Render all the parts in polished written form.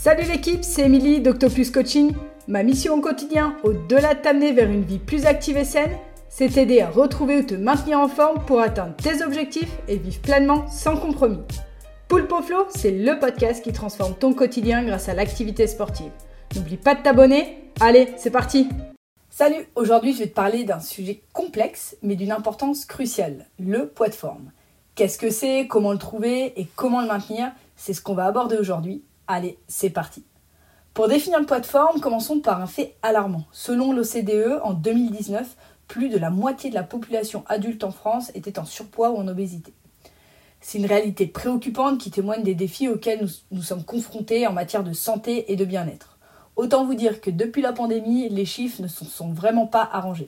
Salut l'équipe, c'est Émilie d'Octopus Coaching. Ma mission au quotidien, au-delà de t'amener vers une vie plus active et saine, c'est t'aider à retrouver ou te maintenir en forme pour atteindre tes objectifs et vivre pleinement sans compromis. Poulpe au Flow, c'est le podcast qui transforme ton quotidien grâce à l'activité sportive. N'oublie pas de t'abonner. Allez, c'est parti! Salut, aujourd'hui je vais te parler d'un sujet complexe mais d'une importance cruciale, le poids de forme. Qu'est-ce que c'est, comment le trouver et comment le maintenir, c'est ce qu'on va aborder aujourd'hui. Allez, c'est parti. Pour définir le poids de forme, commençons par un fait alarmant. Selon l'OCDE, en 2019, plus de la moitié de la population adulte en France était en surpoids ou en obésité. C'est une réalité préoccupante qui témoigne des défis auxquels nous sommes confrontés en matière de santé et de bien-être. Autant vous dire que depuis la pandémie, les chiffres ne se sont vraiment pas arrangés.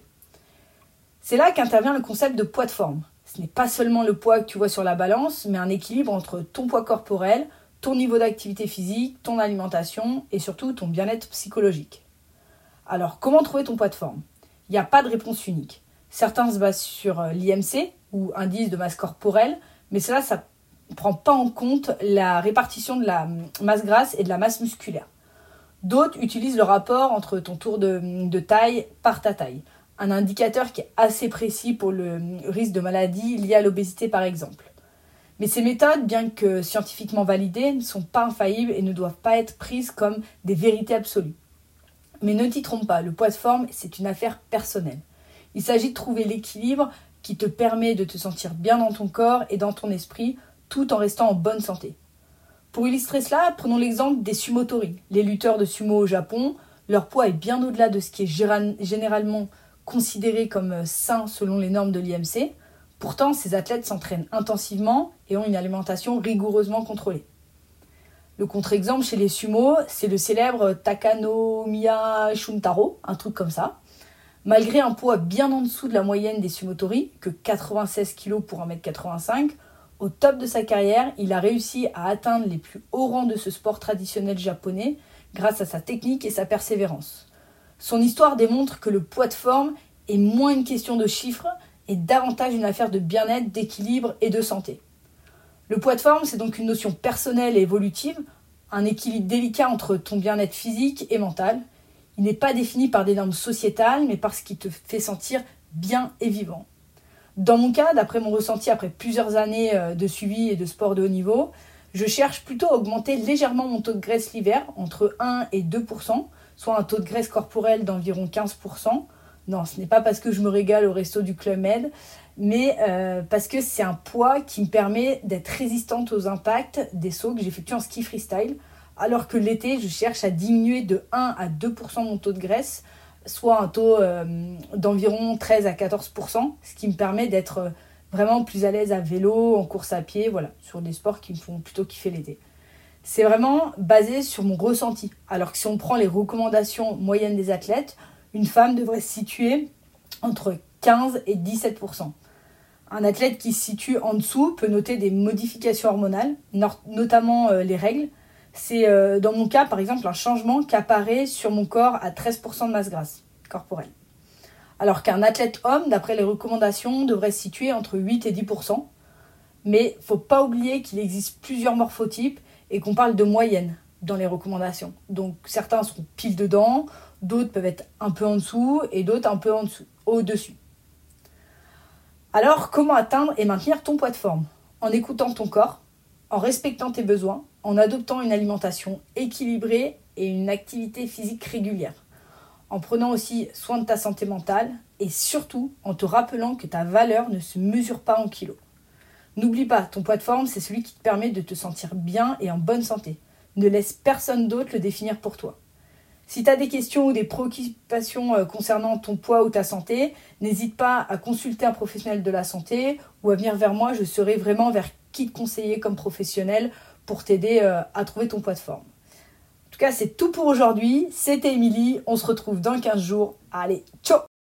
C'est là qu'intervient le concept de poids de forme. Ce n'est pas seulement le poids que tu vois sur la balance, mais un équilibre entre ton poids corporel, ton niveau d'activité physique, ton alimentation et surtout ton bien-être psychologique. Alors, comment trouver ton poids de forme ? Il n'y a pas de réponse unique. Certains se basent sur l'IMC, ou indice de masse corporelle, mais ça ne prend pas en compte la répartition de la masse grasse et de la masse musculaire. D'autres utilisent le rapport entre ton tour de taille par ta taille, un indicateur qui est assez précis pour le risque de maladie lié à l'obésité par exemple. Mais ces méthodes, bien que scientifiquement validées, ne sont pas infaillibles et ne doivent pas être prises comme des vérités absolues. Mais ne t'y trompe pas, le poids de forme, c'est une affaire personnelle. Il s'agit de trouver l'équilibre qui te permet de te sentir bien dans ton corps et dans ton esprit, tout en restant en bonne santé. Pour illustrer cela, prenons l'exemple des sumotori. Les lutteurs de sumo au Japon, leur poids est bien au-delà de ce qui est généralement considéré comme sain selon les normes de l'IMC. Pourtant, ces athlètes s'entraînent intensivement et ont une alimentation rigoureusement contrôlée. Le contre-exemple chez les sumo, c'est le célèbre Takanomiya Shuntaro, un truc comme ça. Malgré un poids bien en dessous de la moyenne des sumotori, que 96 kg pour 1m85, au top de sa carrière, il a réussi à atteindre les plus hauts rangs de ce sport traditionnel japonais grâce à sa technique et sa persévérance. Son histoire démontre que le poids de forme est moins une question de chiffres et davantage une affaire de bien-être, d'équilibre et de santé. Le poids de forme, c'est donc une notion personnelle et évolutive, un équilibre délicat entre ton bien-être physique et mental. Il n'est pas défini par des normes sociétales, mais par ce qui te fait sentir bien et vivant. Dans mon cas, d'après mon ressenti après plusieurs années de suivi et de sport de haut niveau, je cherche plutôt à augmenter légèrement mon taux de graisse l'hiver, entre 1 et 2%, soit un taux de graisse corporelle d'environ 15%. Non, ce n'est pas parce que je me régale au resto du Club Med, mais parce que c'est un poids qui me permet d'être résistante aux impacts des sauts que j'effectue en ski freestyle, alors que l'été, je cherche à diminuer de 1 à 2% mon taux de graisse, soit un taux d'environ 13 à 14%, ce qui me permet d'être vraiment plus à l'aise à vélo, en course à pied, voilà, sur des sports qui me font plutôt kiffer l'été. C'est vraiment basé sur mon ressenti, alors que si on prend les recommandations moyennes des athlètes, une femme devrait se situer entre 15 et 17%. Un athlète qui se situe en dessous peut noter des modifications hormonales, notamment les règles. C'est dans mon cas, par exemple, un changement qui apparaît sur mon corps à 13% de masse grasse corporelle. Alors qu'un athlète homme, d'après les recommandations, devrait se situer entre 8 et 10%. Mais il ne faut pas oublier qu'il existe plusieurs morphotypes et qu'on parle de moyenne dans les recommandations. Donc certains seront pile dedans, d'autres peuvent être un peu en dessous et d'autres un peu au-dessus. Alors, comment atteindre et maintenir ton poids de forme ? En écoutant ton corps, en respectant tes besoins, en adoptant une alimentation équilibrée et une activité physique régulière, en prenant aussi soin de ta santé mentale et surtout en te rappelant que ta valeur ne se mesure pas en kilos. N'oublie pas, ton poids de forme, c'est celui qui te permet de te sentir bien et en bonne santé. Ne laisse personne d'autre le définir pour toi. Si tu as des questions ou des préoccupations concernant ton poids ou ta santé, n'hésite pas à consulter un professionnel de la santé ou à venir vers moi, je saurai vraiment vers qui te conseiller comme professionnel pour t'aider à trouver ton poids de forme. En tout cas, c'est tout pour aujourd'hui. C'était Émilie, on se retrouve dans 15 jours. Allez, ciao!